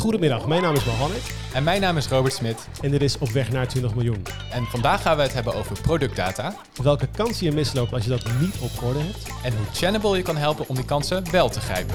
Goedemiddag, mijn naam is Mohammed. En mijn naam is Robert Smit. En dit is Op weg naar 20 miljoen. En vandaag gaan we het hebben over productdata. Welke kansen je misloopt als je dat niet op orde hebt. En hoe Channable je kan helpen om die kansen wel te grijpen.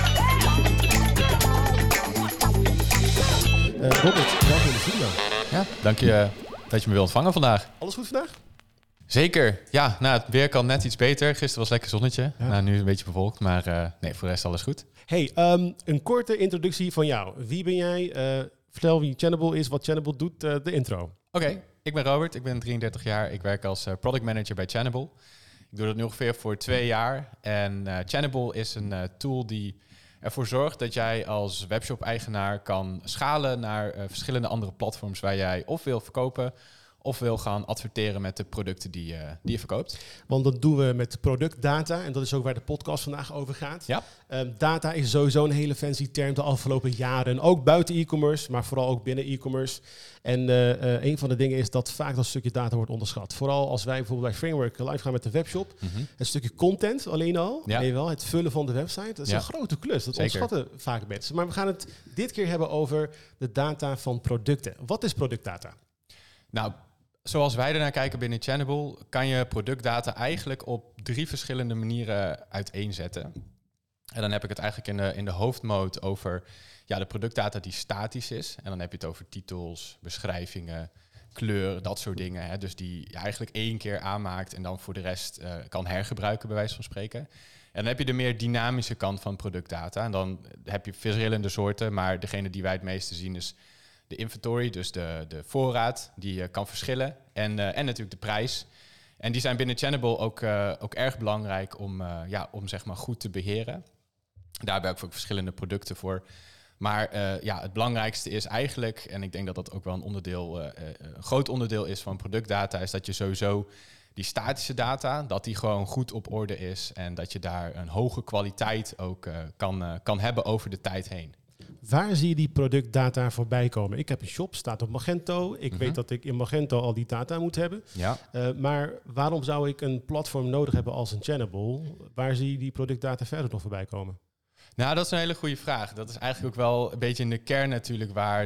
Robert, welkom in de studio. Ja, dank je dat je me wil ontvangen vandaag. Alles goed vandaag? Zeker. Ja, het weer kan net iets beter. Gisteren was lekker zonnetje. Ja. Nu is het een beetje bewolkt, maar nee, voor de rest alles goed. Hey, een korte introductie van jou. Wie ben jij? Vertel wie Channable is, wat Channable doet, de intro. Oké, ik ben Robert, ik ben 33 jaar. Ik werk als product manager bij Channable. Ik doe dat nu ongeveer voor 2 jaar. En Channable is een tool die ervoor zorgt dat jij als webshop-eigenaar kan schalen naar verschillende andere platforms waar jij of wil verkopen of wil gaan adverteren met de producten die je verkoopt. Want dat doen we met productdata en dat is ook waar de podcast vandaag over gaat. Ja. Data is sowieso een hele fancy term de afgelopen jaren. Ook buiten e-commerce, maar vooral ook binnen e-commerce. En een van de dingen is dat vaak dat stukje data wordt onderschat. Vooral als wij bijvoorbeeld bij Framework live gaan met de webshop. Mm-hmm. Het stukje content alleen al, Ja. wel, het vullen van de website. Dat is een grote klus, dat Zeker. onderschatten vaak mensen. Maar we gaan het dit keer hebben over de data van producten. Wat is productdata? Nou, zoals wij ernaar kijken binnen Channable, kan je productdata eigenlijk op 3 verschillende manieren uiteenzetten. En dan heb ik het eigenlijk in de hoofdmode over de productdata die statisch is. En dan heb je het over titels, beschrijvingen, kleur, dat soort dingen. Hè. Dus die je eigenlijk 1 keer aanmaakt en dan voor de rest kan hergebruiken, bij wijze van spreken. En dan heb je de meer dynamische kant van productdata. En dan heb je verschillende soorten, maar degene die wij het meeste zien is de inventory, dus de voorraad, die kan verschillen. En natuurlijk de prijs. En die zijn binnen Channable ook erg belangrijk om zeg maar goed te beheren. Daar hebben we ook verschillende producten voor. Maar het belangrijkste is eigenlijk, en ik denk dat dat ook wel een groot onderdeel is van productdata, is dat je sowieso die statische data, dat die gewoon goed op orde is en dat je daar een hoge kwaliteit ook kan hebben over de tijd heen. Waar zie je die productdata voorbij komen? Ik heb een shop, staat op Magento. Ik weet dat ik in Magento al die data moet hebben. Ja. Maar waarom zou ik een platform nodig hebben als een Channable? Waar zie je die productdata verder nog voorbij komen? Nou, dat is een hele goede vraag. Dat is eigenlijk ook wel een beetje in de kern natuurlijk waar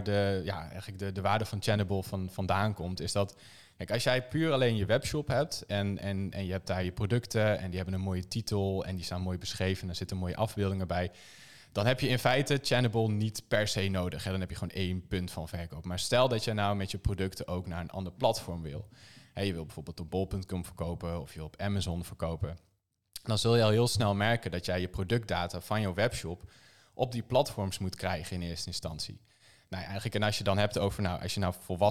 de waarde van Channable vandaan komt. Is dat, kijk, als jij puur alleen je webshop hebt en je hebt daar je producten en die hebben een mooie titel en die staan mooi beschreven en er zitten mooie afbeeldingen bij, dan heb je in feite Channable niet per se nodig. Hè? Dan heb je gewoon 1 punt van verkoop. Maar stel dat je nou met je producten ook naar een ander platform wil. Je wil bijvoorbeeld op bol.com verkopen of je wil op Amazon verkopen. Dan zul je al heel snel merken dat jij je productdata van jouw webshop op die platforms moet krijgen in eerste instantie. Nou, eigenlijk, en als je dan hebt over, als je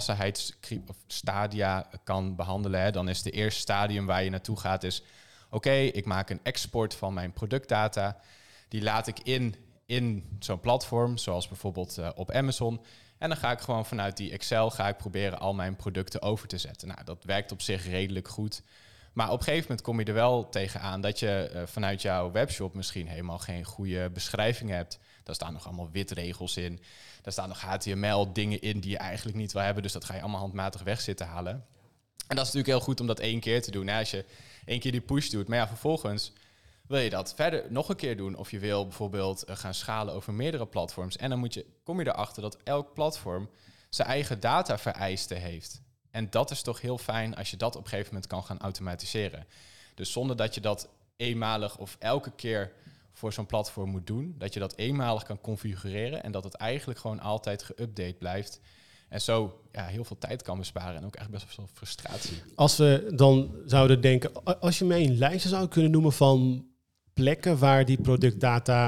volwassenheidsstadia kan behandelen, hè, dan is de eerste stadium waar je naartoe gaat is, oké, ik maak een export van mijn productdata. Die laat ik in zo'n platform, zoals bijvoorbeeld op Amazon. En dan ga ik gewoon vanuit die Excel proberen al mijn producten over te zetten. Nou, dat werkt op zich redelijk goed. Maar op een gegeven moment kom je er wel tegenaan dat je vanuit jouw webshop misschien helemaal geen goede beschrijving hebt. Daar staan nog allemaal witregels in. Daar staan nog HTML dingen in die je eigenlijk niet wil hebben. Dus dat ga je allemaal handmatig weg zitten halen. En dat is natuurlijk heel goed om dat 1 keer te doen. Als je 1 keer die push doet, maar vervolgens wil je dat verder nog een keer doen? Of je wil bijvoorbeeld gaan schalen over meerdere platforms. En dan kom je erachter dat elk platform zijn eigen datavereisten heeft. En dat is toch heel fijn als je dat op een gegeven moment kan gaan automatiseren. Dus zonder dat je dat eenmalig of elke keer voor zo'n platform moet doen. Dat je dat eenmalig kan configureren en dat het eigenlijk gewoon altijd geüpdate blijft. En zo heel veel tijd kan besparen en ook eigenlijk best wel veel frustratie. Als we dan zouden denken, als je mij een lijstje zou kunnen noemen van plekken waar die productdata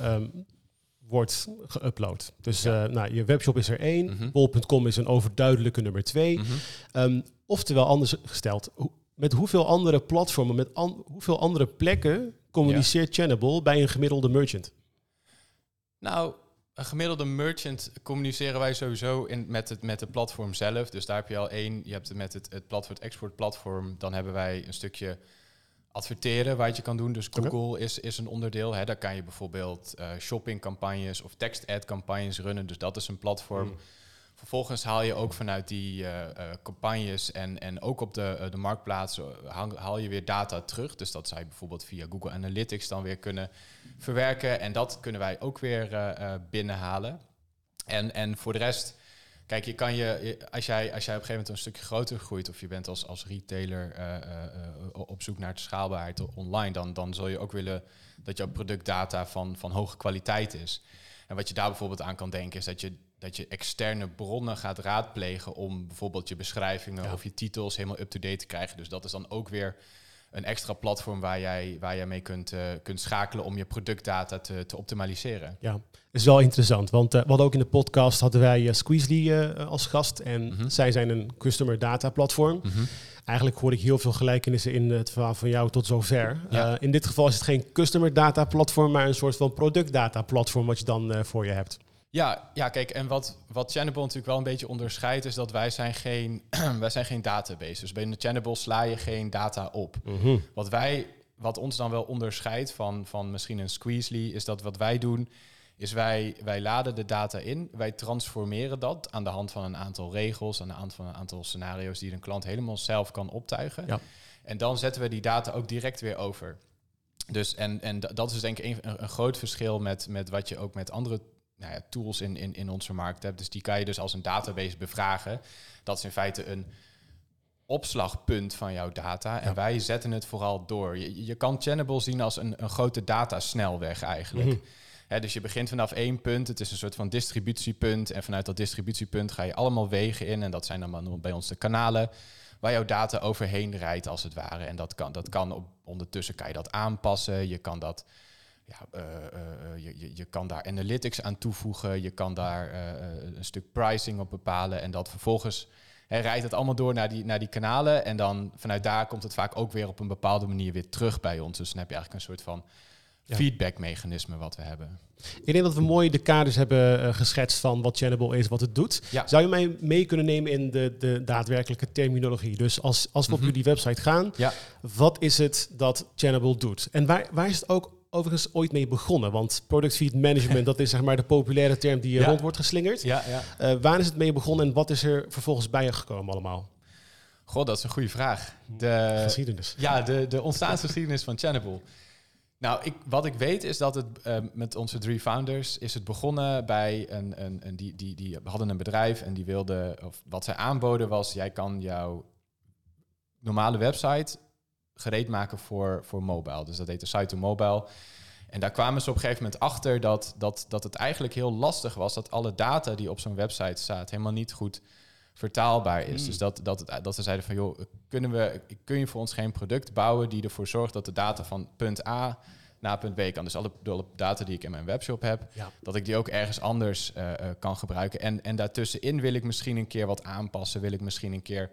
wordt geüpload. Dus je webshop is er 1, bol.com is een overduidelijke nummer 2. Oftewel anders gesteld, met hoeveel andere platformen, met hoeveel andere plekken communiceert Channable bij een gemiddelde merchant? Nou, een gemiddelde merchant communiceren wij sowieso met het platform zelf. Dus daar heb je al 1. Je hebt het met het platform, het exportplatform. Dan hebben wij een stukje adverteren wat je kan doen. Dus Google is een onderdeel. Hè. Daar kan je bijvoorbeeld shoppingcampagnes of tekst-ad-campagnes runnen. Dus dat is een platform. Vervolgens haal je ook vanuit die campagnes en ook op de marktplaatsen haal je weer data terug. Dus dat zou je bijvoorbeeld via Google Analytics dan weer kunnen verwerken. En dat kunnen wij ook weer binnenhalen. En voor de rest, kijk, je kan als jij op een gegeven moment een stukje groter groeit, of je bent als retailer op zoek naar de schaalbaarheid online, dan zul je ook willen dat jouw productdata van hoge kwaliteit is. En wat je daar bijvoorbeeld aan kan denken, is dat je externe bronnen gaat raadplegen om bijvoorbeeld je beschrijvingen of je titels helemaal up-to-date te krijgen. Dus dat is dan ook weer een extra platform waar jij mee kunt schakelen om je productdata te optimaliseren. Ja, is wel interessant. Want we hadden ook in de podcast hadden wij Squeezely als gast. En zij zijn een customer data platform. Eigenlijk hoor ik heel veel gelijkenissen in het verhaal van jou tot zover. Ja. In dit geval is het geen customer data platform, maar een soort van product data platform wat je dan voor je hebt. Ja, kijk, en wat Channable natuurlijk wel een beetje onderscheidt, is dat wij zijn geen database. Dus binnen Channable sla je geen data op. Wat ons dan wel onderscheidt van misschien een Squeezely, is dat wat wij doen, is wij laden de data in, wij transformeren dat aan de hand van een aantal regels, aan de hand van een aantal scenario's die een klant helemaal zelf kan optuigen. Ja. En dan zetten we die data ook direct weer over. Dus en dat is denk ik een groot verschil met wat je ook met andere tools in onze markt hebt. Dus die kan je dus als een database bevragen. Dat is in feite een opslagpunt van jouw data. En wij zetten het vooral door. Je kan Channable zien als een grote datasnelweg eigenlijk. Dus je begint vanaf 1 punt. Het is een soort van distributiepunt. En vanuit dat distributiepunt ga je allemaal wegen in. En dat zijn dan bij ons de kanalen waar jouw data overheen rijdt als het ware. En dat kan ondertussen kan je dat aanpassen. Je kan dat... je kan daar analytics aan toevoegen. Je kan daar een stuk pricing op bepalen. En dat vervolgens rijdt het allemaal door naar die kanalen. En dan vanuit daar komt het vaak ook weer op een bepaalde manier weer terug bij ons. Dus dan heb je eigenlijk een soort van feedbackmechanisme wat we hebben. Ik denk dat we mooi de kaders hebben geschetst van wat Channable is, wat het doet. Ja. Zou je mij mee kunnen nemen in de daadwerkelijke terminologie? Dus als we op jullie website gaan, wat is het dat Channable doet? En waar is het ook overigens ooit mee begonnen? Want product feed management, dat is zeg maar de populaire term die rond wordt geslingerd. Waar is het mee begonnen en wat is er vervolgens bij gekomen allemaal? God, dat is een goede vraag. Geschiedenis. Ja, de ontstaansgeschiedenis van Channable. Nou, wat ik weet is dat het met onze 3 founders is het begonnen bij die hadden een bedrijf en die wilden, of wat zij aanboden was, jij kan jouw normale website gereed maken voor mobile. Dus dat heette Site to Mobile. En daar kwamen ze op een gegeven moment achter dat het eigenlijk heel lastig was dat alle data die op zo'n website staat helemaal niet goed vertaalbaar is. Dus dat ze zeiden van, joh, kun je voor ons geen product bouwen die ervoor zorgt dat de data van punt A naar punt B kan. Dus alle data die ik in mijn webshop heb, dat ik die ook ergens anders kan gebruiken. En daartussenin wil ik misschien een keer wat aanpassen, wil ik misschien een keer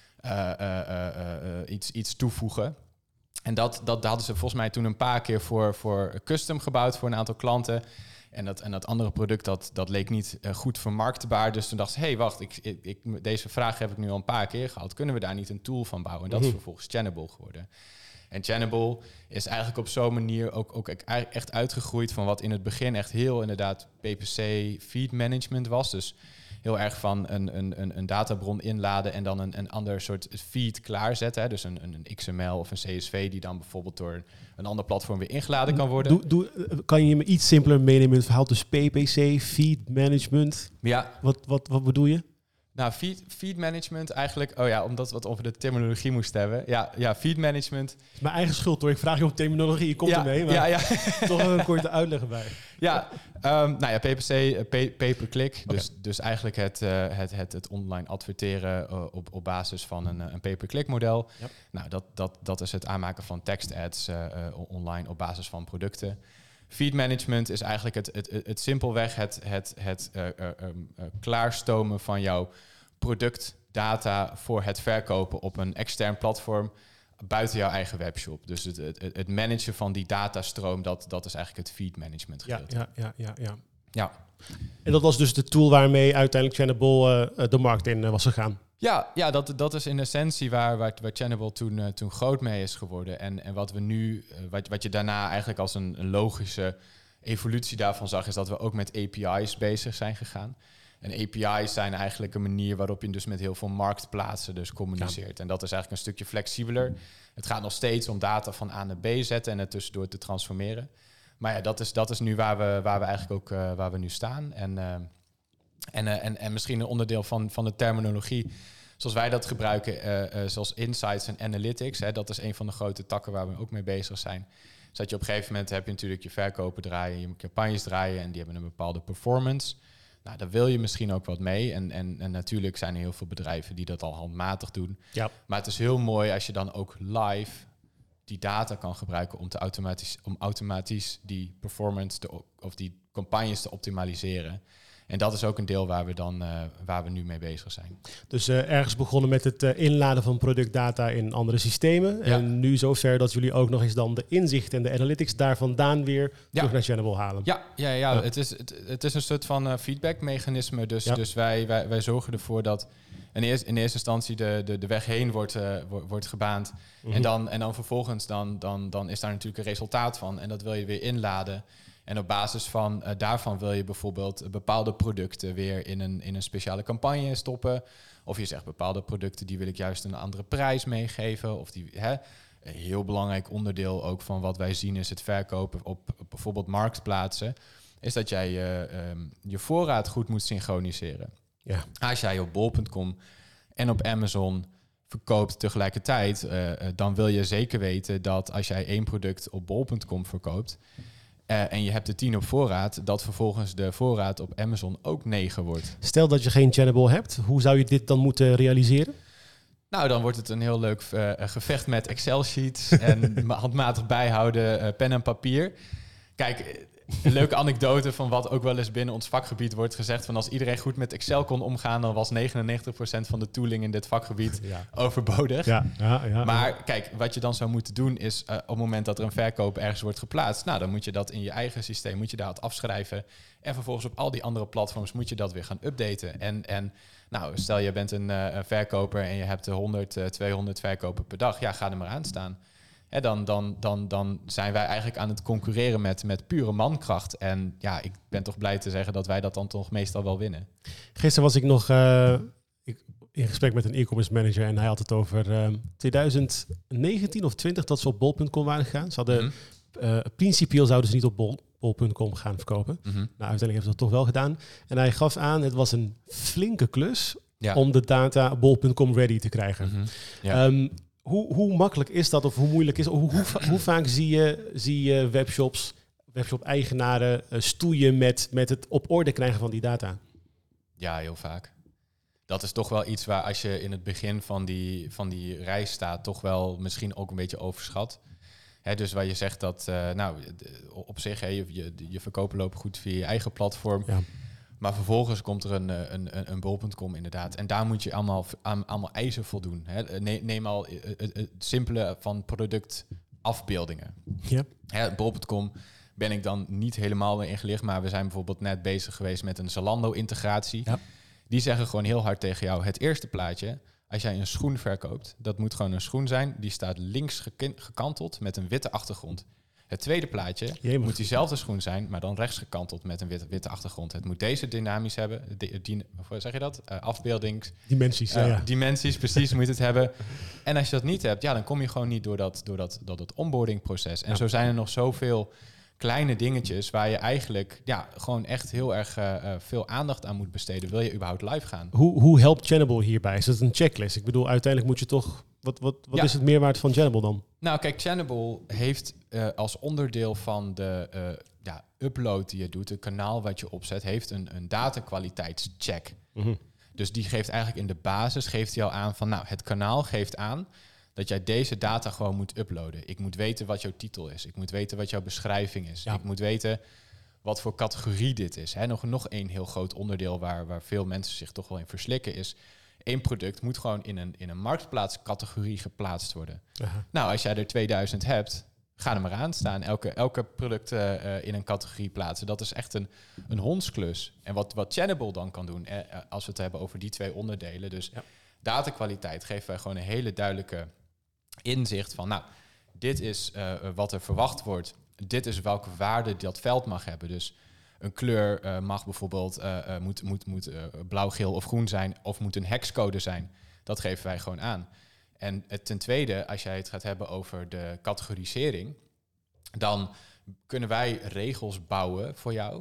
iets toevoegen. En dat hadden ze volgens mij toen een paar keer voor custom gebouwd voor een aantal klanten. En dat andere product, dat leek niet goed vermarktbaar. Dus toen dacht ze, hey, wacht, deze vraag heb ik nu al een paar keer gehad. Kunnen we daar niet een tool van bouwen? En dat is vervolgens Channable geworden. En Channable is eigenlijk op zo'n manier ook echt uitgegroeid van wat in het begin echt heel inderdaad PPC feed management was. Dus heel erg van een databron inladen en dan een ander soort feed klaarzetten. Hè? Dus een XML of een CSV die dan bijvoorbeeld door een ander platform weer ingeladen kan worden. Kan je me iets simpeler meenemen in het verhaal? Dus PPC, feed management. Ja. Wat bedoel je? Nou, feed management eigenlijk... Oh ja, omdat we het over de terminologie moesten hebben. Ja, feed management... Het is mijn eigen schuld hoor. Ik vraag je om terminologie. Je komt ermee. Maar toch een korte uitleg erbij. Ja, PPC, pay-per-click. Okay. Dus eigenlijk het online adverteren op basis van een pay-per-click model. Yep. Nou, dat is het aanmaken van tekstads online op basis van producten. Feed management is eigenlijk het simpelweg het klaarstomen van jouw productdata voor het verkopen op een extern platform buiten jouw eigen webshop. Dus het managen van die datastroom, dat is eigenlijk het feed management gedeelte. Ja. En dat was dus de tool waarmee uiteindelijk Channable de markt in was gegaan. Ja, dat is in essentie waar Channable toen groot mee is geworden. En wat we nu, wat je daarna eigenlijk als een logische evolutie daarvan zag, is dat we ook met API's bezig zijn gegaan. En API's zijn eigenlijk een manier waarop je dus met heel veel marktplaatsen dus communiceert. Ja. En dat is eigenlijk een stukje flexibeler. Het gaat nog steeds om data van A naar B zetten en het tussendoor te transformeren. Maar ja, dat is nu waar we eigenlijk ook waar we nu staan. En En misschien een onderdeel van de terminologie, zoals wij dat gebruiken, zoals insights en analytics. Hè, dat is een van de grote takken waar we ook mee bezig zijn. Dus dat je op een gegeven moment heb je natuurlijk je verkopen draaien, je campagnes draaien en die hebben een bepaalde performance. Nou, daar wil je misschien ook wat mee. En natuurlijk zijn er heel veel bedrijven die dat al handmatig doen. Ja. Maar het is heel mooi als je dan ook live die data kan gebruiken om automatisch die performance of die campagnes te optimaliseren. En dat is ook een deel waar we nu mee bezig zijn. Dus ergens begonnen met het inladen van productdata in andere systemen. Ja. En nu zover dat jullie ook nog eens dan de inzichten en de analytics daar vandaan weer terug naar Channable halen. Ja. Het is een soort van feedbackmechanisme. Dus wij zorgen ervoor dat in eerste instantie de weg heen wordt gebaand. Mm-hmm. En dan vervolgens dan is daar natuurlijk een resultaat van. En dat wil je weer inladen. En op basis van daarvan wil je bijvoorbeeld bepaalde producten weer in een speciale campagne stoppen. Of je zegt bepaalde producten die wil ik juist een andere prijs meegeven. Of een heel belangrijk onderdeel ook van wat wij zien is het verkopen op bijvoorbeeld marktplaatsen. Is dat jij je voorraad goed moet synchroniseren. Ja. Als jij op bol.com en op Amazon verkoopt tegelijkertijd, dan wil je zeker weten dat als jij 1 product op bol.com verkoopt en je hebt er 10 op voorraad, dat vervolgens de voorraad op Amazon ook 9 wordt. Stel dat je geen Channable hebt, hoe zou je dit dan moeten realiseren? Nou, dan wordt het een heel leuk gevecht met Excel-sheets en handmatig bijhouden, pen en papier. Kijk, een leuke anekdote van wat ook wel eens binnen ons vakgebied wordt gezegd van als iedereen goed met Excel kon omgaan, dan was 99% van de tooling in dit vakgebied overbodig. Ja. Maar kijk, wat je dan zou moeten doen is op het moment dat er een verkoop ergens wordt geplaatst, nou dan moet je dat in je eigen systeem, moet je daar het afschrijven en vervolgens op al die andere platforms moet je dat weer gaan updaten. En nou, stel je bent een verkoper en je hebt 100, 200 verkopen per dag, ja, ga er maar aan staan. Dan zijn wij eigenlijk aan het concurreren met pure mankracht. En ja, ik ben toch blij te zeggen dat wij dat dan toch meestal wel winnen. Gisteren was ik nog in gesprek met een e-commerce manager en hij had het over 2019 of 20 dat ze op bol.com waren gegaan. Ze hadden principieel zouden ze niet op bol.com gaan verkopen. Mm-hmm. Nou, uiteindelijk hebben ze dat toch wel gedaan. En hij gaf aan, het was een flinke klus om de data bol.com ready te krijgen. Mm-hmm. Ja. Hoe makkelijk is dat of hoe moeilijk is het? Hoe vaak zie je webshop-eigenaren stoeien met het op orde krijgen van die data? Ja, heel vaak. Dat is toch wel iets waar als je in het begin van die reis staat, toch wel misschien ook een beetje overschat. Dus waar je zegt dat, op zich, je verkopen lopen goed via je eigen platform. Ja. Maar vervolgens komt er een bol.com inderdaad. En daar moet je allemaal eisen voldoen. Neem al het simpele van productafbeeldingen. Ja. Bol.com ben ik dan niet helemaal mee ingelicht. Maar we zijn bijvoorbeeld net bezig geweest met een Zalando-integratie. Ja. Die zeggen gewoon heel hard tegen jou, het eerste plaatje, als jij een schoen verkoopt, dat moet gewoon een schoen zijn. Die staat links gekanteld met een witte achtergrond. Het tweede plaatje moet diezelfde schoen zijn, maar dan rechts gekanteld met een witte achtergrond. Het moet deze dynamisch hebben. Hoe zeg je dat? Afbeeldings... Dimensies. Dimensies, precies, moet het hebben. En als je dat niet hebt, dan kom je gewoon niet door dat onboardingproces. En zo zijn er nog zoveel kleine dingetjes waar je eigenlijk gewoon echt heel erg veel aandacht aan moet besteden. Wil je überhaupt live gaan? Hoe helpt Channable hierbij? Is het een checklist? Ik bedoel, uiteindelijk moet je toch... Wat is het meerwaarde van Channable dan? Nou, kijk, Channable heeft als onderdeel van de upload die je doet, het kanaal wat je opzet, heeft een datakwaliteitscheck. Mm-hmm. Dus die geeft eigenlijk in de basis, geeft hij al aan van, het kanaal geeft aan dat jij deze data gewoon moet uploaden. Ik moet weten wat jouw titel is. Ik moet weten wat jouw beschrijving is. Ja. Ik moet weten wat voor categorie dit is. Nog één heel groot onderdeel waar veel mensen zich toch wel in verslikken is, 1 product moet gewoon in een marktplaatscategorie geplaatst worden. Aha. Nou, als jij er 2000 hebt, ga er maar aan staan. Elke product in een categorie plaatsen. Dat is echt een hondsklus. En wat Channable dan kan doen, als we het hebben over die 2 onderdelen. Dus datakwaliteit geven wij gewoon een hele duidelijke inzicht van, dit is wat er verwacht wordt. Dit is welke waarde dat veld mag hebben. Dus een kleur mag bijvoorbeeld moet blauw, geel of groen zijn, of moet een hexcode zijn. Dat geven wij gewoon aan. En ten tweede, als jij het gaat hebben over de categorisering, dan kunnen wij regels bouwen voor jou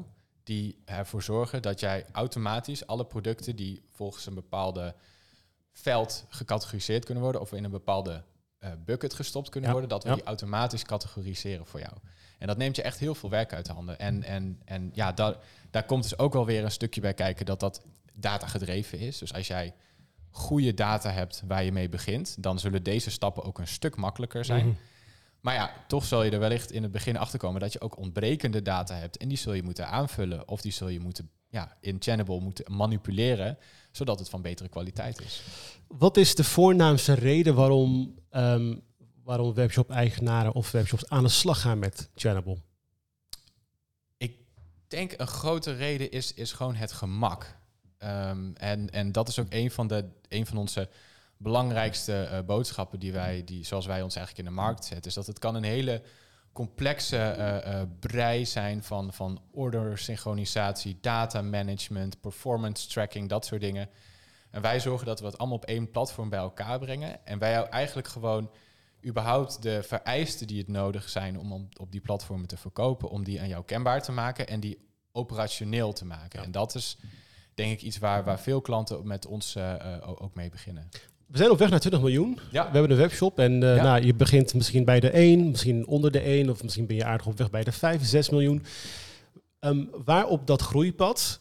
die ervoor zorgen dat jij automatisch alle producten die volgens een bepaalde veld gecategoriseerd kunnen worden of in een bepaalde bucket gestopt kunnen worden, dat we die automatisch categoriseren voor jou. En dat neemt je echt heel veel werk uit de handen. En ja, daar komt dus ook wel weer een stukje bij kijken dat data gedreven is. Dus als jij goede data hebt waar je mee begint, dan zullen deze stappen ook een stuk makkelijker zijn. Mm-hmm. Maar ja, toch zal je er wellicht in het begin achter komen dat je ook ontbrekende data hebt. En die zul je moeten aanvullen of die zul je moeten in Channable moeten manipuleren, zodat het van betere kwaliteit is. Wat is de voornaamste reden waarom webshop-eigenaren of webshops aan de slag gaan met Channable? Ik denk een grote reden is gewoon het gemak. En dat is ook een van onze belangrijkste boodschappen zoals wij ons eigenlijk in de markt zetten, is dat het kan een hele complexe brei zijn van order synchronisatie, data management, performance tracking, dat soort dingen. En wij zorgen dat we het allemaal op één platform bij elkaar brengen. En wij jou eigenlijk gewoon überhaupt de vereisten die het nodig zijn om op die platformen te verkopen, om die aan jou kenbaar te maken en die operationeel te maken. Ja. En dat is denk ik iets waar veel klanten met ons ook mee beginnen. We zijn op weg naar 20 miljoen. Ja. We hebben een webshop en je begint misschien bij de 1, misschien onder de 1... of misschien ben je aardig op weg bij de 5, 6 miljoen. Waar op dat groeipad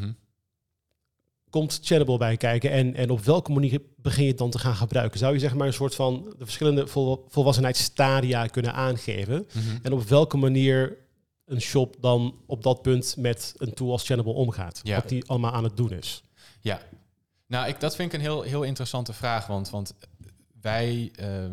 komt Channable bij kijken en op welke manier begin je het dan te gaan gebruiken? Zou je zeg maar een soort van de verschillende volwassenheidsstadia kunnen aangeven? Mm-hmm. En op welke manier een shop dan op dat punt met een tool als Channable omgaat? Ja. Wat die allemaal aan het doen is? Ja. Nou, dat vind ik een heel interessante vraag, want wij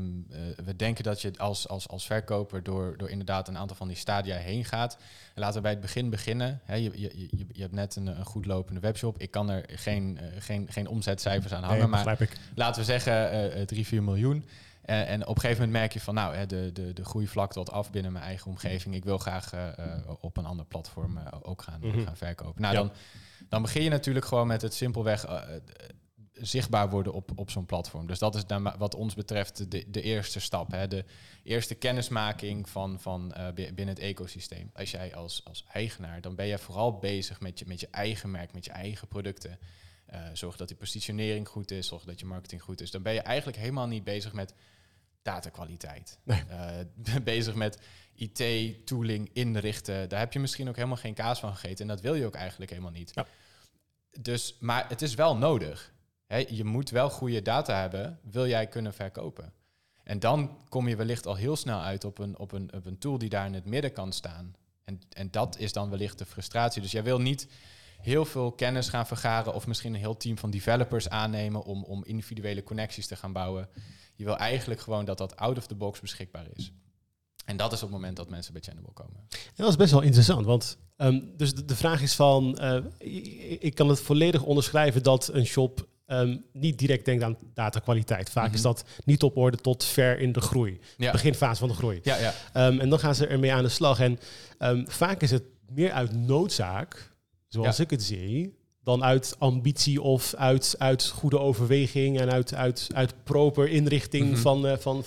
we denken dat je als verkoper door inderdaad een aantal van die stadia heen gaat. En laten we bij het begin beginnen. Je hebt net een goed lopende webshop. Ik kan er geen omzetcijfers aan hangen, maar laten we zeggen 3-4 miljoen. En op een gegeven moment merk je van, de groeivlak tot af binnen mijn eigen omgeving. Ik wil graag op een ander platform ook gaan verkopen. Nou, dan begin je natuurlijk gewoon met het simpelweg zichtbaar worden op zo'n platform. Dus dat is dan wat ons betreft de eerste stap. Hè? De eerste kennismaking van binnen het ecosysteem. Als jij als eigenaar, dan ben je vooral bezig met je eigen merk, met je eigen producten. Zorg dat die positionering goed is, zorg dat je marketing goed is. Dan ben je eigenlijk helemaal niet bezig met datakwaliteit. Nee. Bezig met IT, tooling, inrichten. Daar heb je misschien ook helemaal geen kaas van gegeten. En dat wil je ook eigenlijk helemaal niet. Ja. Dus, maar het is wel nodig. Je moet wel goede data hebben, wil jij kunnen verkopen. En dan kom je wellicht al heel snel uit op een tool die daar in het midden kan staan. En dat is dan wellicht de frustratie. Dus jij wil niet heel veel kennis gaan vergaren of misschien een heel team van developers aannemen om individuele connecties te gaan bouwen. Je wil eigenlijk gewoon dat out of the box beschikbaar is. En dat is op het moment dat mensen bij Channable komen. En dat is best wel interessant, want dus de vraag is van, ik kan het volledig onderschrijven dat een shop niet direct denkt aan datakwaliteit. Vaak is dat niet op orde tot ver in de groei. Ja. Beginfase van de groei. Ja, ja. En dan gaan ze ermee aan de slag. En vaak is het meer uit noodzaak, zoals ik het zie, dan uit ambitie of uit goede overweging en uit proper inrichting van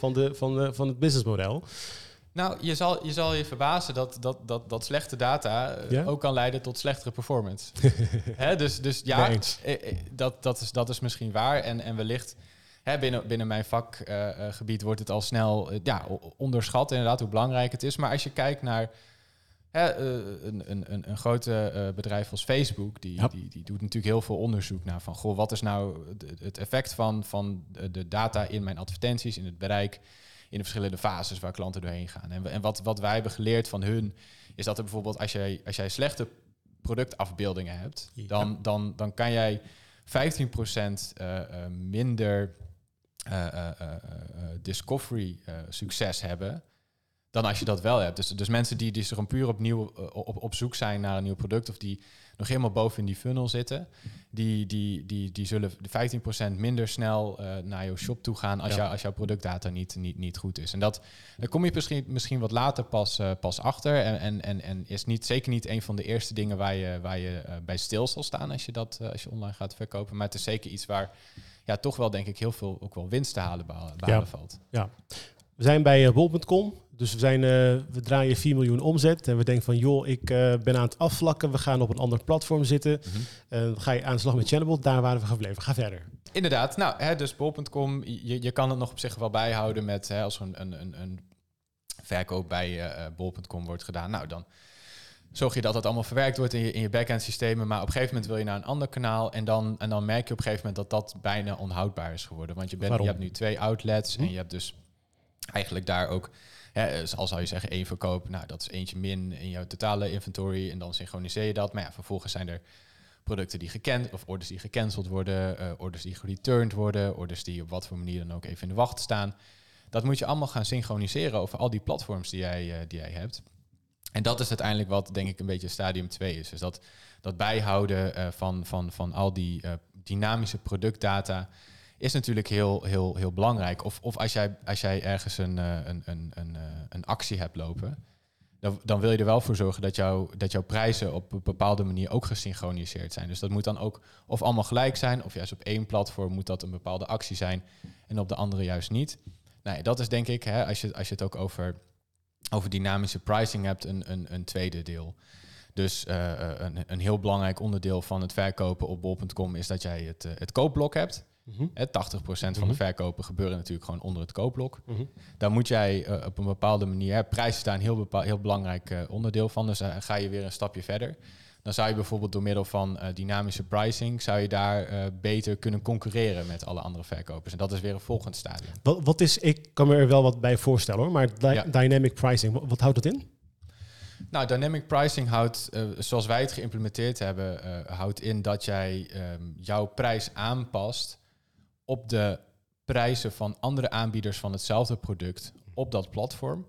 het businessmodel. Nou, je zal je verbazen dat slechte data ook kan leiden tot slechtere performance. Dus ja, dat is misschien waar. En wellicht binnen mijn vakgebied wordt het al snel onderschat inderdaad hoe belangrijk het is. Maar als je kijkt naar een grote bedrijf als Facebook, die doet natuurlijk heel veel onderzoek naar van, goh, wat is nou het effect van de data in mijn advertenties, in het bereik, in de verschillende fases waar klanten doorheen gaan. En wat wij hebben geleerd van hun, is dat er bijvoorbeeld als jij slechte productafbeeldingen hebt, dan kan jij 15% minder discovery succes hebben dan als je dat wel hebt. Dus mensen die gewoon puur op zoek zijn naar een nieuw product of die nog helemaal boven in die funnel zitten, die zullen 15% minder snel naar jouw shop toe gaan als jouw productdata niet goed is. En daar kom je misschien wat later pas achter en is zeker niet een van de eerste dingen waar je bij stil zal staan als je online gaat verkopen. Maar het is zeker iets waar toch wel denk ik heel veel ook wel winst te halen valt. Ja. We zijn bij bol.com. Dus we draaien 4 miljoen omzet. En we denken van, joh, ik ben aan het afvlakken. We gaan op een ander platform zitten. Dan ga je aan de slag met Channable. Daar waren we gebleven. Ga verder. Inderdaad. Nou, dus bol.com, je kan het nog op zich wel bijhouden met als er een verkoop bij bol.com wordt gedaan. Nou, dan zorg je dat het allemaal verwerkt wordt in je back-end systemen. Maar op een gegeven moment wil je naar een ander kanaal. En dan merk je op een gegeven moment dat bijna onhoudbaar is geworden. Want je hebt nu 2 outlets. En je hebt dus eigenlijk daar ook, al zou je zeggen 1 verkoop. Nou, dat is eentje min in jouw totale inventory. En dan synchroniseer je dat. Maar ja, vervolgens zijn er producten die orders die gecanceld worden. Orders die gereturned worden. Orders die op wat voor manier dan ook even in de wacht staan. Dat moet je allemaal gaan synchroniseren over al die platforms die jij hebt. En dat is uiteindelijk wat, denk ik, een beetje stadium 2 is. Dus dat bijhouden van al die dynamische productdata is natuurlijk heel belangrijk. Of als jij ergens een actie hebt lopen, dan wil je er wel voor zorgen dat jouw prijzen op een bepaalde manier ook gesynchroniseerd zijn. Dus dat moet dan ook of allemaal gelijk zijn, of juist op 1 platform moet dat een bepaalde actie zijn en op de andere juist niet. Nou, dat is denk ik, als je het ook over dynamische pricing hebt, een tweede deel. Dus een heel belangrijk onderdeel van het verkopen op bol.com is dat jij het koopblok hebt. 80% van de verkopen gebeuren natuurlijk gewoon onder het koopblok. Daar moet jij op een bepaalde manier, prijzen staan heel belangrijk onderdeel van. Dus ga je weer een stapje verder. Dan zou je bijvoorbeeld door middel van dynamische pricing, zou je daar beter kunnen concurreren met alle andere verkopers. En dat is weer een volgend stadium. Ik kan me er wel wat bij voorstellen hoor, maar dynamic pricing, wat houdt dat in? Nou, dynamic pricing houdt, zoals wij het geïmplementeerd hebben, houdt in dat jij jouw prijs aanpast op de prijzen van andere aanbieders van hetzelfde product op dat platform.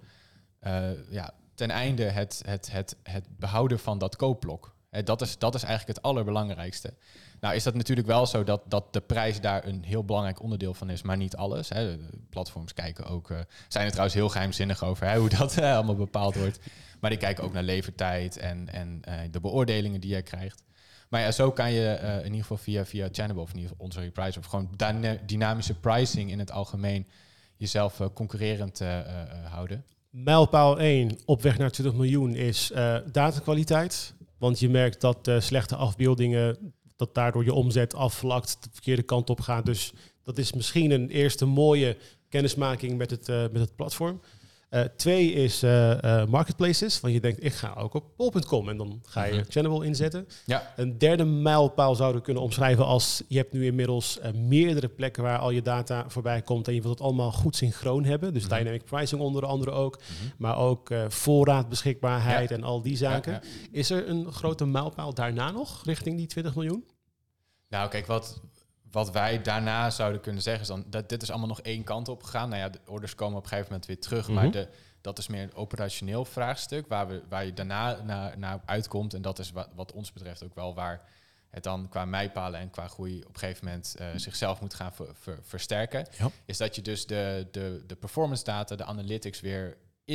Ten einde het behouden van dat koopblok. Dat is eigenlijk het allerbelangrijkste. Nou is dat natuurlijk wel zo dat de prijs daar een heel belangrijk onderdeel van is, maar niet alles. De platforms kijken ook, zijn er trouwens heel geheimzinnig over hoe dat allemaal bepaald wordt. Maar die kijken ook naar levertijd en de beoordelingen die je krijgt. Maar ja, zo kan je in ieder geval via Channable of in ieder geval onze price of gewoon dynamische pricing in het algemeen jezelf concurrerend houden. Mijlpaal 1 op weg naar 20 miljoen is datakwaliteit. Want je merkt dat slechte afbeeldingen, dat daardoor je omzet afvlakt, de verkeerde kant op gaat. Dus dat is misschien een eerste mooie kennismaking met het platform. 2 is marketplaces, want je denkt, ik ga ook op bol.com en dan ga je Channable inzetten. Ja. Een derde mijlpaal zouden we kunnen omschrijven als je hebt nu inmiddels meerdere plekken waar al je data voorbij komt en je wilt het allemaal goed synchroon hebben. Dus dynamic pricing onder andere ook, maar ook voorraadbeschikbaarheid en al die zaken. Ja. Is er een grote mijlpaal daarna nog richting die 20 miljoen? Nou, kijk, wat wij daarna zouden kunnen zeggen is dan dat dit is allemaal nog 1 kant op gegaan. Nou ja, de orders komen op een gegeven moment weer terug, maar dat is meer een operationeel vraagstuk waar je daarna naar uitkomt. En dat is wat ons betreft ook wel waar het dan qua mijlpalen en qua groei op een gegeven moment zichzelf moet gaan versterken. Ja. Is dat je dus de performance data, de analytics weer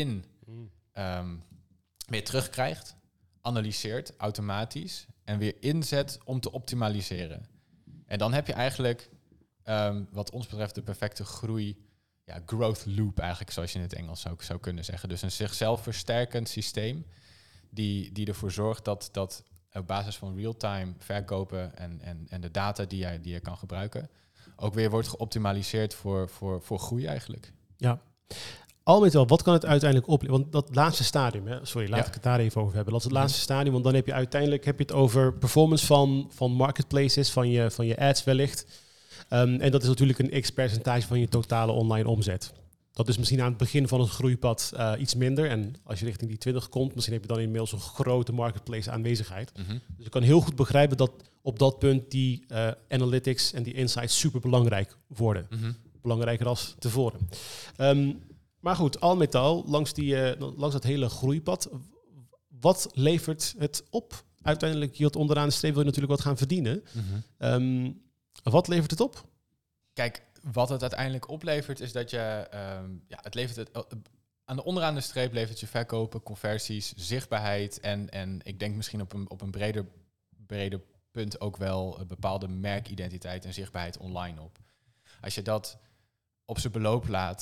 weer terugkrijgt, analyseert automatisch en weer inzet om te optimaliseren. En dan heb je eigenlijk, wat ons betreft, de perfecte growth loop eigenlijk, zoals je in het Engels ook zou kunnen zeggen. Dus een zichzelf versterkend systeem die ervoor zorgt dat op basis van real-time verkopen en de data die je kan gebruiken, ook weer wordt geoptimaliseerd voor groei eigenlijk. Ja. Al met al, wat kan het uiteindelijk opleveren? Want dat laatste stadium, laat ik het daar even over hebben. Dat is het laatste stadium, want dan heb je uiteindelijk het over performance van marketplaces, van je ads wellicht. En dat is natuurlijk een x-percentage van je totale online omzet. Dat is misschien aan het begin van het groeipad iets minder. En als je richting die 20 komt, misschien heb je dan inmiddels een grote marketplace aanwezigheid. Dus ik kan heel goed begrijpen dat op dat punt die analytics en die insights super belangrijk worden. Belangrijker als tevoren. Maar goed, al met al, langs dat hele groeipad, wat levert het op? Uiteindelijk, je onderaan de streep wil je natuurlijk wat gaan verdienen. Wat levert het op? Kijk, wat het uiteindelijk oplevert is dat je... aan de onderaan de streep levert je verkopen, conversies, zichtbaarheid en ik denk misschien op een breder punt ook wel een bepaalde merkidentiteit en zichtbaarheid online op. Als je dat op zijn beloop laat,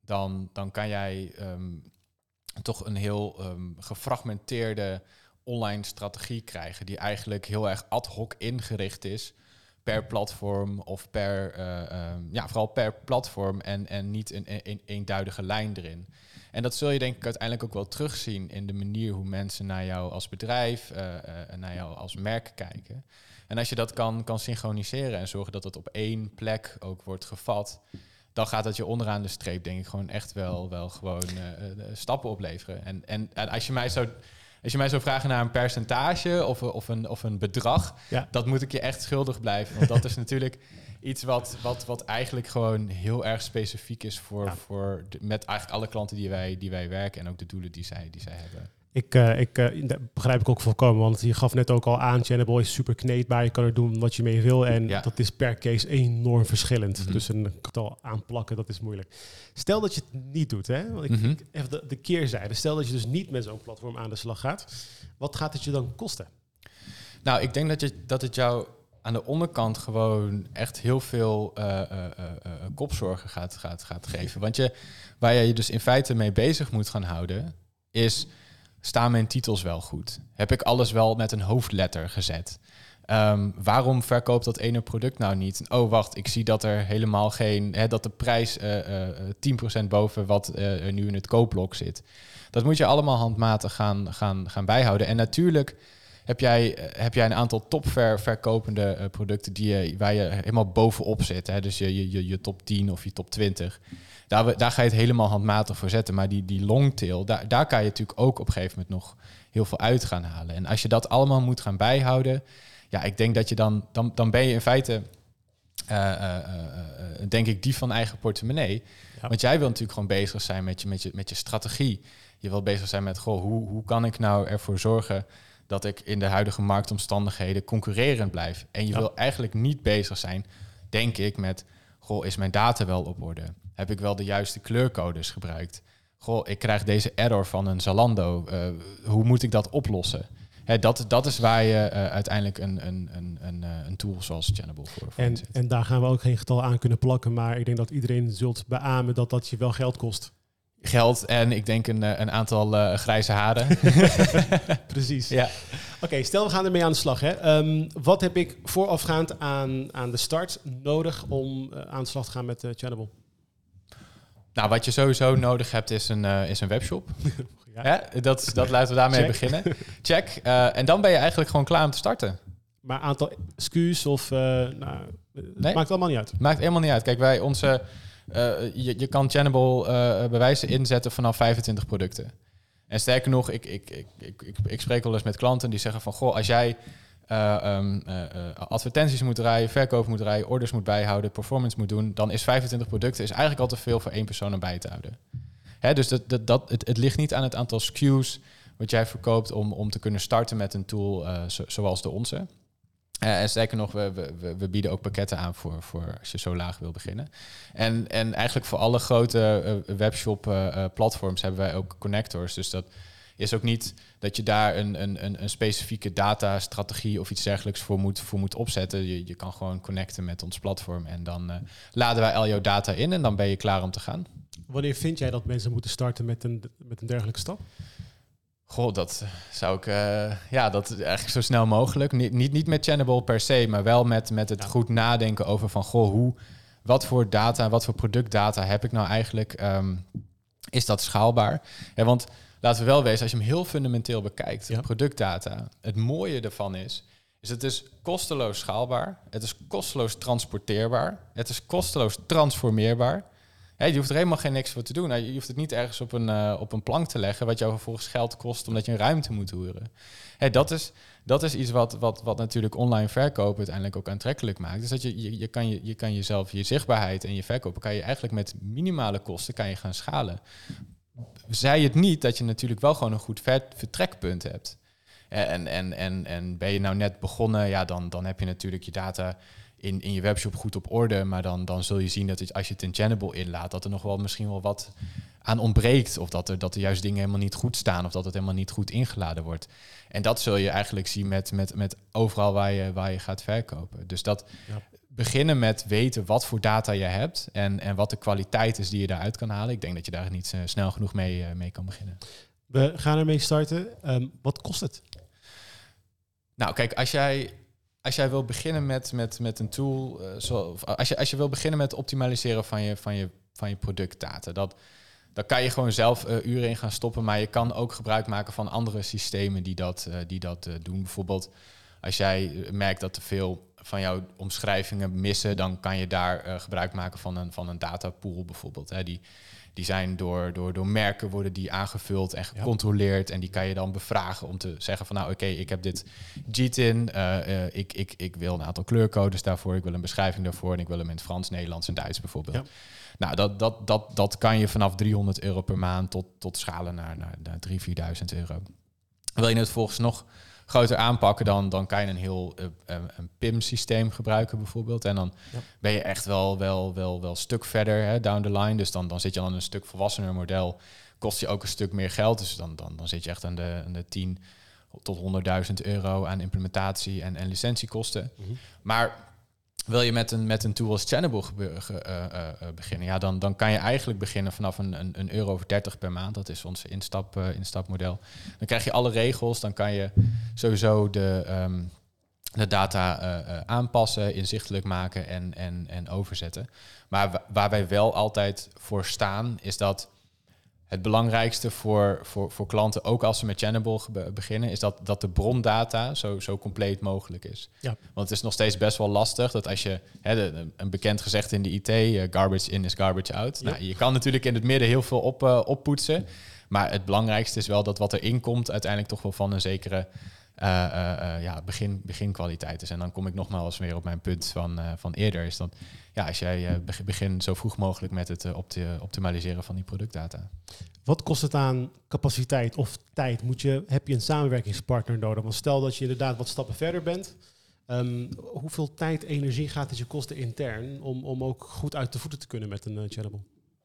dan kan jij toch een heel gefragmenteerde online strategie krijgen die eigenlijk heel erg ad hoc ingericht is per platform of vooral per platform en niet een eenduidige lijn erin. En dat zul je denk ik uiteindelijk ook wel terugzien in de manier hoe mensen naar jou als bedrijf en naar jou als merk kijken. En als je dat kan synchroniseren en zorgen dat het op één plek ook wordt gevat, dan gaat dat je onderaan de streep denk ik gewoon echt wel gewoon stappen opleveren. En als je mij zou vragen naar een percentage of een bedrag, dat moet ik je echt schuldig blijven. Want dat is natuurlijk iets wat eigenlijk gewoon heel erg specifiek is met eigenlijk alle klanten die wij werken en ook de doelen die zij hebben. Dat begrijp ik ook volkomen, want je gaf net ook al aan, Channable is super kneedbaar, je kan er doen wat je mee wil en dat is per case enorm verschillend. Mm-hmm. Dus een getal aanplakken, dat is moeilijk. Stel dat je het niet doet, hè? Want even de keerzijde. Stel dat je dus niet met zo'n platform aan de slag gaat. Wat gaat het je dan kosten? Nou, ik denk dat het jou aan de onderkant gewoon echt heel veel kopzorgen gaat geven. Want waar je dus in feite mee bezig moet gaan houden, is: staan mijn titels wel goed? Heb ik alles wel met een hoofdletter gezet? Waarom verkoopt dat ene product nou niet? Oh, wacht, ik zie dat er helemaal dat de prijs 10% boven wat er nu in het koopblok zit. Dat moet je allemaal handmatig gaan bijhouden. En natuurlijk heb jij een aantal topverkopende producten waar je helemaal bovenop zit. Hè? Dus je top 10 of je top 20. Daar ga je het helemaal handmatig voor zetten. Maar die longtail, daar kan je natuurlijk ook op een gegeven moment nog heel veel uit gaan halen. En als je dat allemaal moet gaan bijhouden, ik denk dat je dan ben je in feite, denk ik, dief van eigen portemonnee. Ja. Want jij wil natuurlijk gewoon bezig zijn met je strategie. Je wil bezig zijn met, hoe kan ik nou ervoor zorgen dat ik in de huidige marktomstandigheden concurrerend blijf? En je wil eigenlijk niet bezig zijn, denk ik, met, is mijn data wel op orde? Heb ik wel de juiste kleurcodes gebruikt? Ik krijg deze error van een Zalando. Hoe moet ik dat oplossen? Dat is waar je uiteindelijk een tool zoals Channable voor en daar gaan we ook geen getal aan kunnen plakken. Maar ik denk dat iedereen zult beamen dat je wel geld kost. Geld en ik denk een aantal grijze haren. Precies. Ja. Oké, stel we gaan ermee aan de slag. Hè. Wat heb ik voorafgaand aan de start nodig om aan de slag te gaan met Channable? Nou, wat je sowieso nodig hebt is een webshop. Dat laten we daarmee beginnen. Check. En dan ben je eigenlijk gewoon klaar om te starten. Maar aantal SKU's of... nee, maakt allemaal niet uit. Maakt helemaal niet uit. Kijk, je kan Channable bewijzen inzetten vanaf 25 producten. En sterker nog, ik spreek wel eens met klanten die zeggen van, als jij advertenties moet draaien, verkoop moet draaien, orders moet bijhouden, performance moet doen, dan is 25 producten is eigenlijk al te veel voor één persoon om bij te houden. Dus het ligt niet aan het aantal SKU's wat jij verkoopt om te kunnen starten met een tool zoals de onze. En sterker nog, we bieden ook pakketten aan voor als je zo laag wil beginnen. En eigenlijk voor alle grote webshop platforms hebben wij ook connectors. Dus dat is ook niet dat je daar een specifieke datastrategie of iets dergelijks voor moet opzetten. Je kan gewoon connecten met ons platform en dan laden wij al jouw data in en dan ben je klaar om te gaan. Wanneer vind jij dat mensen moeten starten met een dergelijke stap? Dat zou ik... dat is eigenlijk zo snel mogelijk. Niet met Channable per se, maar wel met het goed nadenken over van... wat voor data, wat voor productdata heb ik nou eigenlijk? Is dat schaalbaar? Want laten we wel wezen, als je hem heel fundamenteel bekijkt, productdata, het mooie ervan is het is kosteloos schaalbaar. Het is kosteloos transporteerbaar. Het is kosteloos transformeerbaar. Je hoeft er helemaal geen niks voor te doen. Je hoeft het niet ergens op een plank te leggen, wat jou vervolgens geld kost omdat je een ruimte moet huren. Dat is iets wat natuurlijk online verkopen uiteindelijk ook aantrekkelijk maakt. Dus dat je kan jezelf, je zichtbaarheid en je verkopen, kan je eigenlijk met minimale kosten kan je gaan schalen. Zei het niet dat je natuurlijk wel gewoon een goed vertrekpunt hebt. En ben je nou net begonnen, ja, dan heb je natuurlijk je data in je webshop goed op orde. Maar dan zul je zien dat als je het in Channable inlaat, dat er nog wel misschien wel wat aan ontbreekt. Of dat er juist dingen helemaal niet goed staan. Of dat het helemaal niet goed ingeladen wordt. En dat zul je eigenlijk zien met overal waar je gaat verkopen. Dus dat beginnen met weten wat voor data je hebt. En wat de kwaliteit is die je daaruit kan halen. Ik denk dat je daar niet snel genoeg mee kan beginnen. We gaan ermee starten. Wat kost het? Nou, kijk, als jij wil beginnen met een tool, als je wil beginnen met het optimaliseren van je productdata, dan kan je gewoon zelf uren in gaan stoppen, maar je kan ook gebruik maken van andere systemen die dat doen. Bijvoorbeeld, als jij merkt dat te veel van jouw omschrijvingen missen, dan kan je daar gebruik maken van een datapool bijvoorbeeld. Hè. Die zijn door merken worden die aangevuld en gecontroleerd. En die kan je dan bevragen om te zeggen van nou oké, ik heb dit GTIN. Ik wil een aantal kleurcodes daarvoor. Ik wil een beschrijving daarvoor. En ik wil hem in het Frans, Nederlands en Duits bijvoorbeeld. Ja. Nou, dat kan je vanaf €300 per maand tot schalen naar 3.000, 4.000 euro. Wil je het volgens nog groter aanpakken, dan kan je een heel een PIM-systeem gebruiken bijvoorbeeld. En dan ben je echt wel een stuk verder down the line. Dus dan zit je aan een stuk volwassener model. Kost je ook een stuk meer geld. Dus dan zit je echt aan de 10 tot 100.000 euro aan implementatie en licentiekosten. Mm-hmm. Maar wil je met een tool als Channable beginnen? Ja, dan kan je eigenlijk beginnen vanaf een €30 per maand. Dat is ons instapmodel. Dan krijg je alle regels. Dan kan je sowieso de data aanpassen, inzichtelijk maken en overzetten. Maar waar wij wel altijd voor staan, is dat het belangrijkste voor klanten, ook als ze met Channable beginnen, is dat de brondata zo compleet mogelijk is. Ja. Want het is nog steeds best wel lastig dat als je, een bekend gezegd in de IT, garbage in is garbage out. Ja. Nou, je kan natuurlijk in het midden heel veel oppoetsen, maar het belangrijkste is wel dat wat erin komt uiteindelijk toch wel van een zekere beginkwaliteit is. En dan kom ik nogmaals weer op mijn punt van eerder, is dat als jij begint zo vroeg mogelijk met het optimaliseren van die productdata. Wat kost het aan capaciteit of tijd? Heb je een samenwerkingspartner nodig? Want stel dat je inderdaad wat stappen verder bent. Hoeveel tijd, energie gaat het je kosten intern om ook goed uit de voeten te kunnen met een Channable?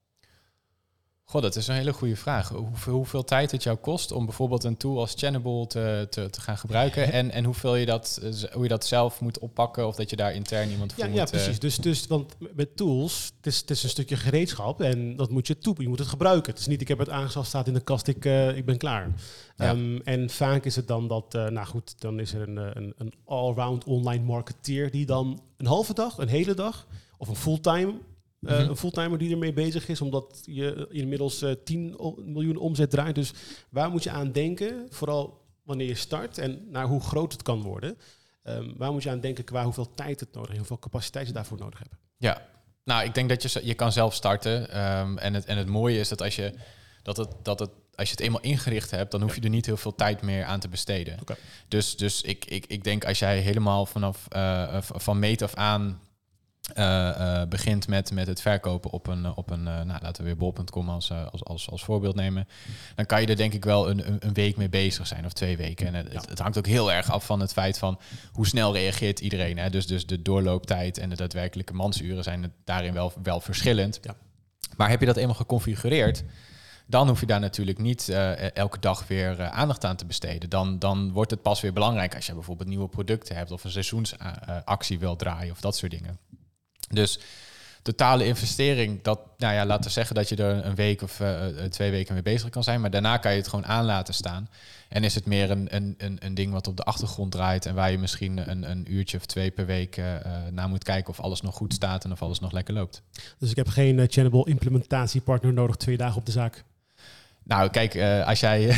God, dat is een hele goede vraag. Hoeveel tijd het jou kost om bijvoorbeeld een tool als Channable te gaan gebruiken en hoe je dat zelf moet oppakken of dat je daar intern iemand voor moet... Ja, precies. Dus want met tools, het is een stukje gereedschap en dat moet je moet het gebruiken. Het is niet, ik heb het aangeschaft, staat in de kast, ik ben klaar. Ja. En vaak is het dan dat, dan is er een all-round online marketeer die dan een halve dag, een hele dag of een fulltime... een fulltimer die ermee bezig is, omdat je inmiddels 10 miljoen omzet draait. Dus waar moet je aan denken, vooral wanneer je start en naar hoe groot het kan worden? Waar moet je aan denken qua hoeveel tijd het nodig is, hoeveel capaciteit je daarvoor nodig hebt? Ja, nou, ik denk dat je kan zelf starten. En het mooie is dat als je het eenmaal ingericht hebt, dan hoef je er niet heel veel tijd meer aan te besteden. Okay. Dus ik denk als jij helemaal van meet af aan begint met het verkopen op een laten we weer bol.com als voorbeeld nemen, dan kan je er denk ik wel een week mee bezig zijn of 2 weken. En het hangt ook heel erg af van het feit van hoe snel reageert iedereen. Hè? Dus de doorlooptijd en de daadwerkelijke mansuren zijn daarin wel verschillend. Ja. Maar heb je dat eenmaal geconfigureerd, dan hoef je daar natuurlijk niet elke dag weer aandacht aan te besteden. Dan wordt het pas weer belangrijk als je bijvoorbeeld nieuwe producten hebt of een seizoensactie wil draaien of dat soort dingen. Dus totale investering, laten we zeggen dat je er een week of 2 weken mee bezig kan zijn. Maar daarna kan je het gewoon aan laten staan. En is het meer een ding wat op de achtergrond draait en waar je misschien een uurtje of 2 per week naar moet kijken of alles nog goed staat en of alles nog lekker loopt. Dus ik heb geen Channable implementatiepartner nodig 2 dagen op de zaak? Nou, kijk, als jij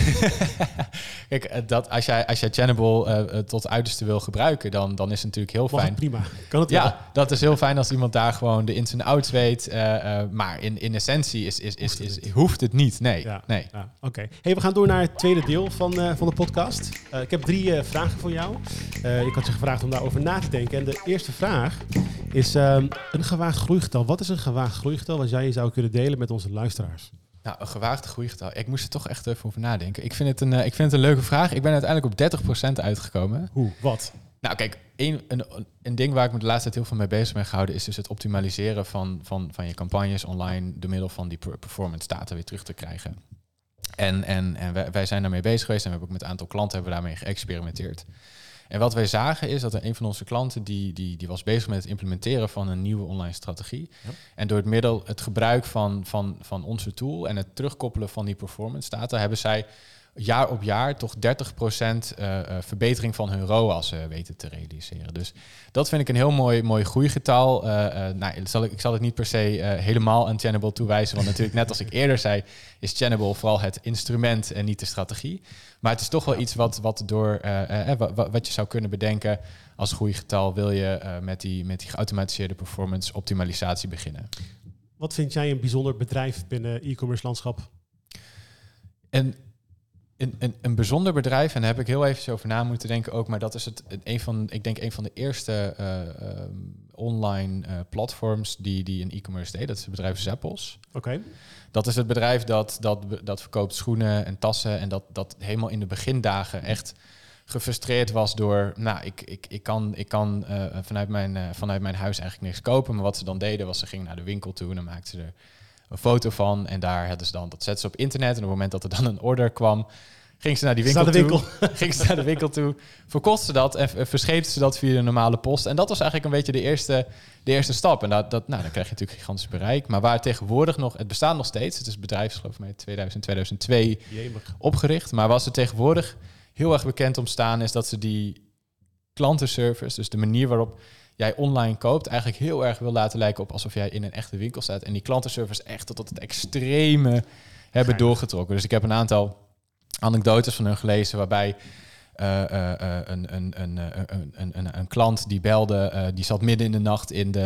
Channable tot uiterste wil gebruiken, dan is het natuurlijk heel fijn. Het prima. Kan het wel? Dat is heel fijn als iemand daar gewoon de ins en outs weet. Maar in essentie hoeft het niet. Nee. Ja. Oké. Hey, we gaan door naar het tweede deel van de podcast. Ik heb 3 vragen voor jou. Ik had je gevraagd om daarover na te denken. En de eerste vraag is een gewaagd groeigetal. Wat is een gewaagd groeigetal wat jij zou kunnen delen met onze luisteraars? Nou, een gewaagde groeigetal. Ik moest er toch echt even over nadenken. Ik vind het een leuke vraag. Ik ben uiteindelijk op 30% uitgekomen. Hoe? Wat? Nou, kijk, een ding waar ik me de laatste tijd heel veel mee bezig ben gehouden is dus het optimaliseren van je campagnes online door middel van die performance data weer terug te krijgen. En wij zijn daarmee bezig geweest en we hebben ook met een aantal klanten hebben we daarmee geëxperimenteerd. En wat wij zagen is dat er een van onze klanten die was bezig met het implementeren van een nieuwe online strategie. Ja. En door het gebruik van onze tool en het terugkoppelen van die performance data hebben zij jaar op jaar toch 30% verbetering van hun ROAS weten te realiseren. Dus dat vind ik een heel mooi groeigetal. Ik zal het niet per se helemaal aan Channable toewijzen, want natuurlijk net als ik eerder zei, is Channable vooral het instrument en niet de strategie. Maar het is toch wel iets wat je zou kunnen bedenken als groeigetal wil je met die geautomatiseerde performance optimalisatie beginnen. Wat vind jij een bijzonder bedrijf binnen e-commerce landschap? Een bijzonder bedrijf, en daar heb ik heel even over na moeten denken ook, maar dat is een van de eerste online platforms die een e-commerce deed. Dat is het bedrijf Zappos. Oké. Dat is het bedrijf dat verkoopt schoenen en tassen en dat helemaal in de begindagen echt gefrustreerd was door, ik kan vanuit mijn huis eigenlijk niks kopen, maar wat ze dan deden was ze gingen naar de winkel toe en dan maakten ze er een foto van en daar hadden ze dan, dat zetten ze op internet en op het moment dat er dan een order kwam, ging ze naar die winkel toe, verkochten ze dat en verscheepten ze dat via de normale post. En dat was eigenlijk een beetje de eerste stap. En dan krijg je natuurlijk gigantisch bereik. Maar waar tegenwoordig nog, het bestaat nog steeds, het is bedrijf, geloof ik, 2002 opgericht. Maar waar ze tegenwoordig heel erg bekend om staan, is dat ze die klantenservice, dus de manier waarop jij online koopt, eigenlijk heel erg wil laten lijken op alsof jij in een echte winkel staat. En die klantenservice echt tot het extreme hebben doorgetrokken. Dus ik heb een aantal anekdotes van hun gelezen waarbij een klant die belde, die zat midden in de nacht in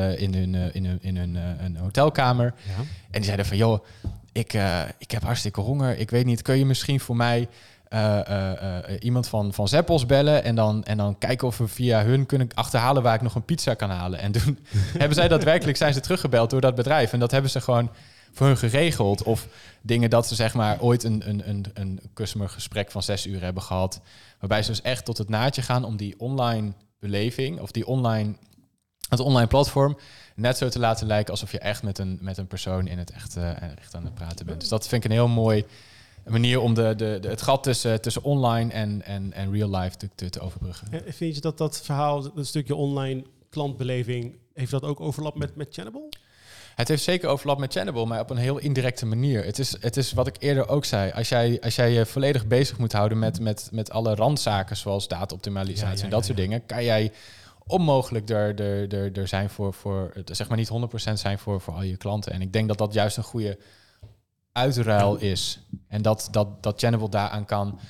een hotelkamer. Ja. En die zeiden van, joh, ik heb hartstikke honger. Ik weet niet, kun je misschien voor mij iemand van Zappos bellen en dan kijken of we via hun kunnen achterhalen waar ik nog een pizza kan halen. En toen zijn ze teruggebeld door dat bedrijf. En dat hebben ze gewoon voor hun geregeld. Of dingen dat ze zeg maar ooit een customer gesprek van 6 uur hebben gehad. Waarbij ze dus echt tot het naadje gaan om die online beleving of het online platform net zo te laten lijken alsof je echt met een persoon in het echt aan het praten bent. Dus dat vind ik een heel mooi manier om het gat tussen online en real life te overbruggen. En vind je dat verhaal, dat stukje online klantbeleving, heeft dat ook overlap met Channable? Het heeft zeker overlap met Channable, maar op een heel indirecte manier. Het is wat ik eerder ook zei. Als jij je volledig bezig moet houden met alle randzaken, zoals data-optimalisatie en dat soort dingen, kan jij onmogelijk er zijn voor zeg maar niet 100% zijn voor al je klanten. En ik denk dat dat juist een goede uitruil is. En dat Channable daaraan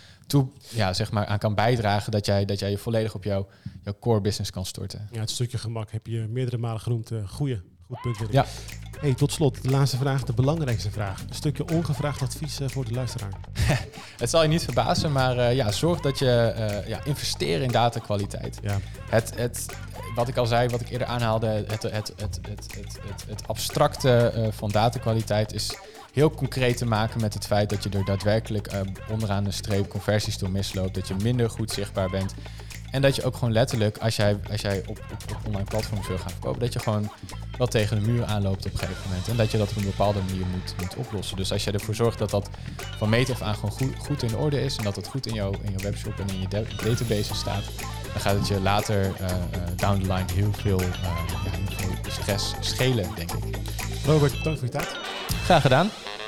aan kan bijdragen dat jij je volledig op jouw core business kan storten. Ja, het stukje gemak heb je meerdere malen genoemd. Goed punt. Ja. Hey, tot slot, de laatste vraag, de belangrijkste vraag. Een stukje ongevraagd advies voor de luisteraar. Het zal je niet verbazen, maar zorg dat je investeert in datakwaliteit. Ja. Wat ik al zei, wat ik eerder aanhaalde, het abstracte van datakwaliteit is heel concreet te maken met het feit dat je er daadwerkelijk onderaan de streep conversies door misloopt, dat je minder goed zichtbaar bent. En dat je ook gewoon letterlijk, als jij op online platforms wil gaan verkopen, dat je gewoon wel tegen de muur aanloopt op een gegeven moment. En dat je dat op een bepaalde manier moet oplossen. Dus als je ervoor zorgt dat dat van meet af aan gewoon goed in orde is en dat het goed in jouw webshop en in je database staat, dan gaat het je later down the line heel veel stress schelen, denk ik. Robert, dank voor je tijd. Graag gedaan.